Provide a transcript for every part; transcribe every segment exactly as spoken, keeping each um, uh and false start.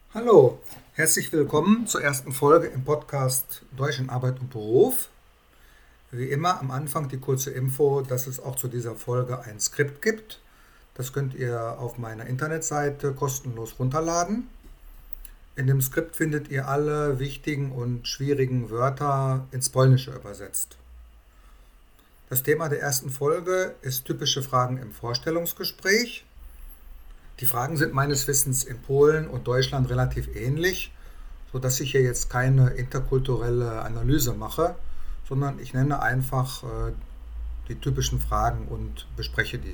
Hallo, herzlich willkommen zur ersten Folge im Podcast Deutsch in Arbeit und Beruf. Wie immer am Anfang die kurze Info, dass es auch zu dieser Folge ein Skript gibt. Das könnt ihr auf meiner Internetseite kostenlos runterladen. In dem Skript findet ihr alle wichtigen und schwierigen Wörter ins Polnische übersetzt. Das Thema der ersten Folge ist typische Fragen im Vorstellungsgespräch. Die Fragen sind meines Wissens in Polen und Deutschland relativ ähnlich, sodass ich hier jetzt keine interkulturelle Analyse mache, sondern ich nenne einfach äh, die typischen Fragen und bespreche die.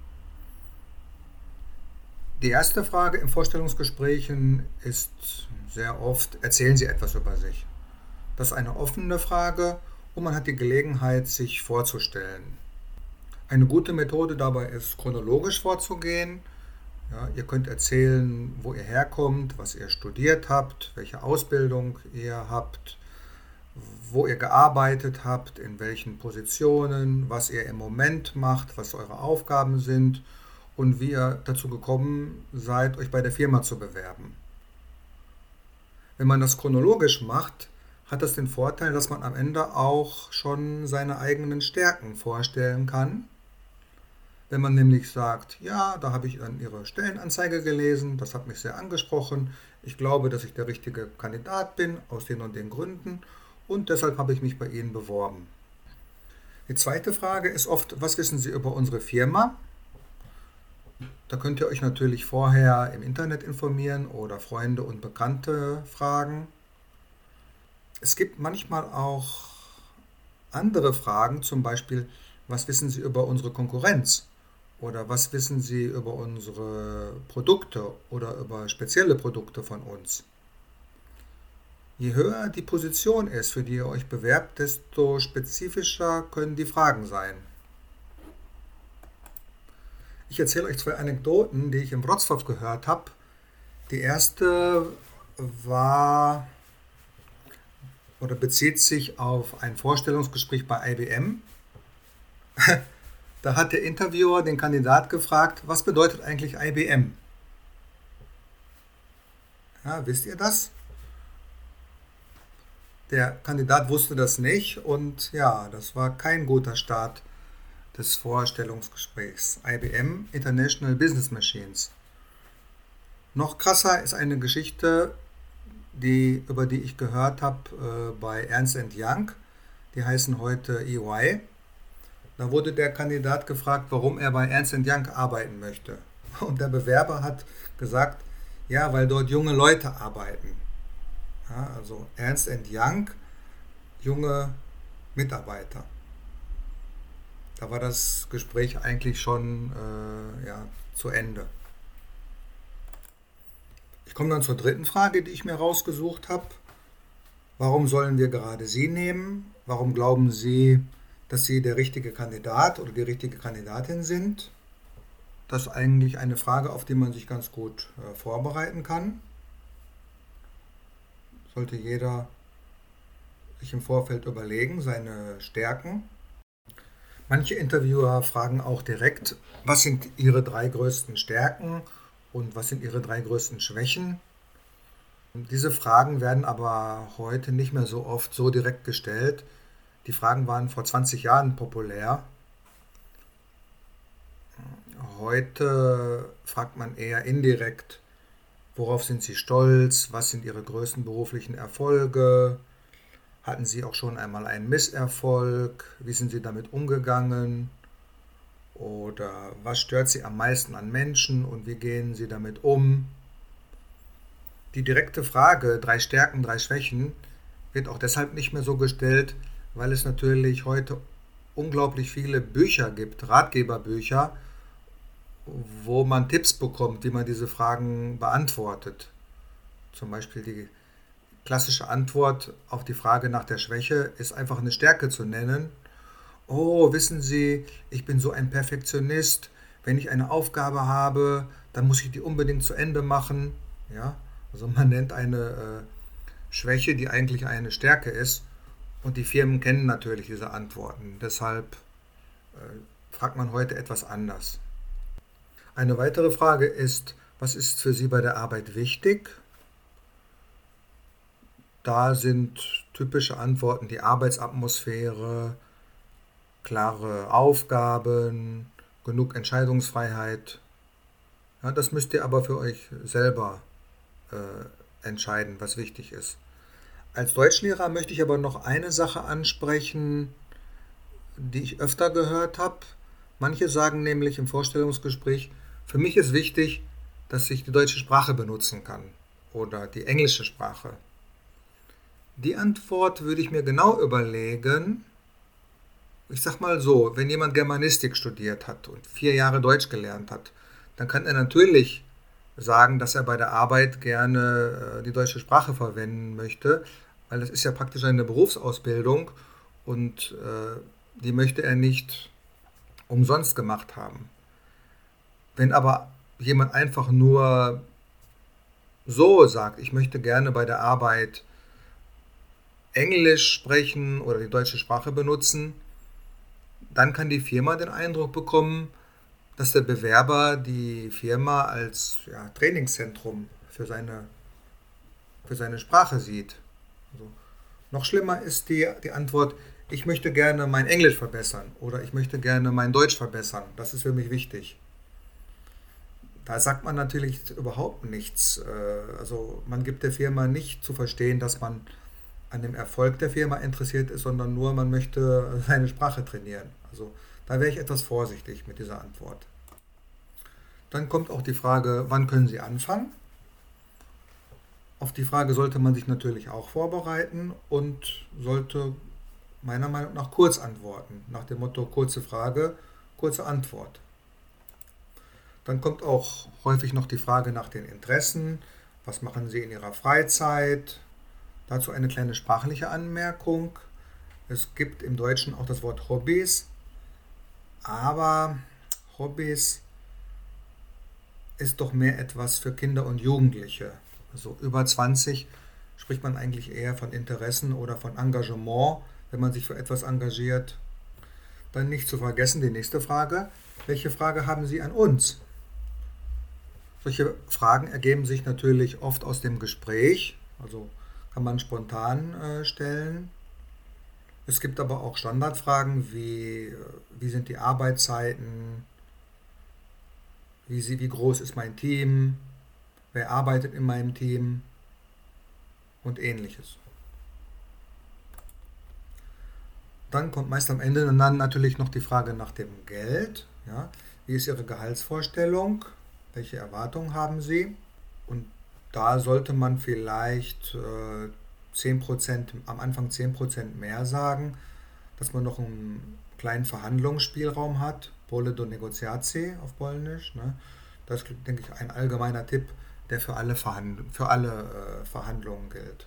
Die erste Frage in Vorstellungsgesprächen ist sehr oft: Erzählen Sie etwas über sich? Das ist eine offene Frage und man hat die Gelegenheit, sich vorzustellen. Eine gute Methode dabei ist, chronologisch vorzugehen. Ja, ihr könnt erzählen, wo ihr herkommt, was ihr studiert habt, welche Ausbildung ihr habt, wo ihr gearbeitet habt, in welchen Positionen, was ihr im Moment macht, was eure Aufgaben sind und wie ihr dazu gekommen seid, euch bei der Firma zu bewerben. Wenn man das chronologisch macht, hat das den Vorteil, dass man am Ende auch schon seine eigenen Stärken vorstellen kann. Wenn man nämlich sagt, ja, da habe ich dann Ihre Stellenanzeige gelesen, das hat mich sehr angesprochen, ich glaube, dass ich der richtige Kandidat bin, aus den und den Gründen, und deshalb habe ich mich bei Ihnen beworben. Die zweite Frage ist oft: Was wissen Sie über unsere Firma? Da könnt ihr euch natürlich vorher im Internet informieren oder Freunde und Bekannte fragen. Es gibt manchmal auch andere Fragen, zum Beispiel: Was wissen Sie über unsere Konkurrenz? Oder was wissen Sie über unsere Produkte oder über spezielle Produkte von uns? Je höher die Position ist, für die ihr euch bewerbt, desto spezifischer können die Fragen sein. Ich erzähle euch zwei Anekdoten, die ich in Wrocław gehört habe. Die erste war oder bezieht sich auf ein Vorstellungsgespräch bei I B M. Da hat der Interviewer den Kandidat gefragt: Was bedeutet eigentlich I B M? Ja, wisst ihr das? Der Kandidat wusste das nicht und ja, das war kein guter Start des Vorstellungsgesprächs. I B M, International Business Machines. Noch krasser ist eine Geschichte, die, über die ich gehört habe äh, bei Ernst and Young. Die heißen heute E Y. Da wurde der Kandidat gefragt, warum er bei Ernst and Young arbeiten möchte. Und der Bewerber hat gesagt, ja, weil dort junge Leute arbeiten. Ja, also Ernst and Young, junge Mitarbeiter. Da war das Gespräch eigentlich schon äh, ja, zu Ende. Ich komme dann zur dritten Frage, die ich mir rausgesucht habe. Warum sollen wir gerade Sie nehmen? Warum glauben Sie, dass Sie der richtige Kandidat oder die richtige Kandidatin sind? Das ist eigentlich eine Frage, auf die man sich ganz gut äh, vorbereiten kann. Sollte jeder sich im Vorfeld überlegen, seine Stärken. Manche Interviewer fragen auch direkt: Was sind Ihre drei größten Stärken und was sind Ihre drei größten Schwächen? Diese Fragen werden aber heute nicht mehr so oft so direkt gestellt. Die Fragen waren vor zwanzig Jahren populär. Heute fragt man eher indirekt: Worauf sind Sie stolz? Was sind Ihre größten beruflichen Erfolge? Hatten Sie auch schon einmal einen Misserfolg? Wie sind Sie damit umgegangen? Oder was stört Sie am meisten an Menschen und wie gehen Sie damit um? Die direkte Frage, drei Stärken, drei Schwächen, wird auch deshalb nicht mehr so gestellt, weil es natürlich heute unglaublich viele Bücher gibt, Ratgeberbücher, wo man Tipps bekommt, wie man diese Fragen beantwortet. Zum Beispiel die klassische Antwort auf die Frage nach der Schwäche ist einfach eine Stärke zu nennen. Oh, wissen Sie, ich bin so ein Perfektionist. Wenn ich eine Aufgabe habe, dann muss ich die unbedingt zu Ende machen. Ja, also man nennt eine äh, Schwäche, die eigentlich eine Stärke ist. Und die Firmen kennen natürlich diese Antworten. Deshalb äh, fragt man heute etwas anders. Eine weitere Frage ist: Was ist für Sie bei der Arbeit wichtig? Da sind typische Antworten die Arbeitsatmosphäre, klare Aufgaben, genug Entscheidungsfreiheit. Ja, das müsst ihr aber für euch selber äh, entscheiden, was wichtig ist. Als Deutschlehrer möchte ich aber noch eine Sache ansprechen, die ich öfter gehört habe. Manche sagen nämlich im Vorstellungsgespräch, für mich ist wichtig, dass ich die deutsche Sprache benutzen kann oder die englische Sprache. Die Antwort würde ich mir genau überlegen. Ich sag mal so, wenn jemand Germanistik studiert hat und vier Jahre Deutsch gelernt hat, dann kann er natürlich sagen, dass er bei der Arbeit gerne äh, die deutsche Sprache verwenden möchte, weil das ist ja praktisch eine Berufsausbildung und äh, die möchte er nicht umsonst gemacht haben. Wenn aber jemand einfach nur so sagt, ich möchte gerne bei der Arbeit Englisch sprechen oder die deutsche Sprache benutzen, dann kann die Firma den Eindruck bekommen, dass der Bewerber die Firma als ja, Trainingszentrum für seine, für seine Sprache sieht. Also, noch schlimmer ist die, die Antwort, ich möchte gerne mein Englisch verbessern oder ich möchte gerne mein Deutsch verbessern. Das ist für mich wichtig. Da sagt man natürlich überhaupt nichts. Äh, Also man gibt der Firma nicht zu verstehen, dass man an dem Erfolg der Firma interessiert ist, sondern nur, man möchte seine Sprache trainieren. Also da wäre ich etwas vorsichtig mit dieser Antwort. Dann kommt auch die Frage, wann können Sie anfangen? Auf die Frage sollte man sich natürlich auch vorbereiten und sollte meiner Meinung nach kurz antworten. Nach dem Motto kurze Frage, kurze Antwort. Dann kommt auch häufig noch die Frage nach den Interessen. Was machen Sie in Ihrer Freizeit? Dazu eine kleine sprachliche Anmerkung. Es gibt im Deutschen auch das Wort Hobbys, aber Hobbys ist doch mehr etwas für Kinder und Jugendliche. Also über zwanzig spricht man eigentlich eher von Interessen oder von Engagement, wenn man sich für etwas engagiert. Dann nicht zu vergessen die nächste Frage. Welche Frage haben Sie an uns? Solche Fragen ergeben sich natürlich oft aus dem Gespräch, also kann man spontan äh, stellen. Es gibt aber auch Standardfragen wie, äh, wie sind die Arbeitszeiten, wie, sie, wie groß ist mein Team, wer arbeitet in meinem Team und ähnliches. Dann kommt meist am Ende dann natürlich noch die Frage nach dem Geld. Ja? Wie ist Ihre Gehaltsvorstellung? Welche Erwartungen haben Sie? Und da sollte man vielleicht äh, zehn Prozent, am Anfang zehn Prozent mehr sagen, dass man noch einen kleinen Verhandlungsspielraum hat. Pole do negociatie auf Polnisch. Ne? Das ist, denke ich, ein allgemeiner Tipp, der für alle, Verhand für alle äh, Verhandlungen gilt.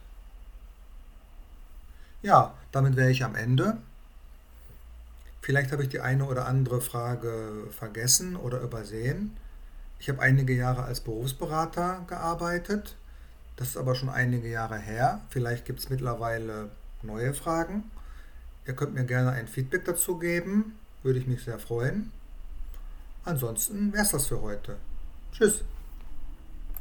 Ja, damit wäre ich am Ende. Vielleicht habe ich die eine oder andere Frage vergessen oder übersehen. Ich habe einige Jahre als Berufsberater gearbeitet. Das ist aber schon einige Jahre her. Vielleicht gibt es mittlerweile neue Fragen. Ihr könnt mir gerne ein Feedback dazu geben. Würde ich mich sehr freuen. Ansonsten wäre es das für heute. Tschüss.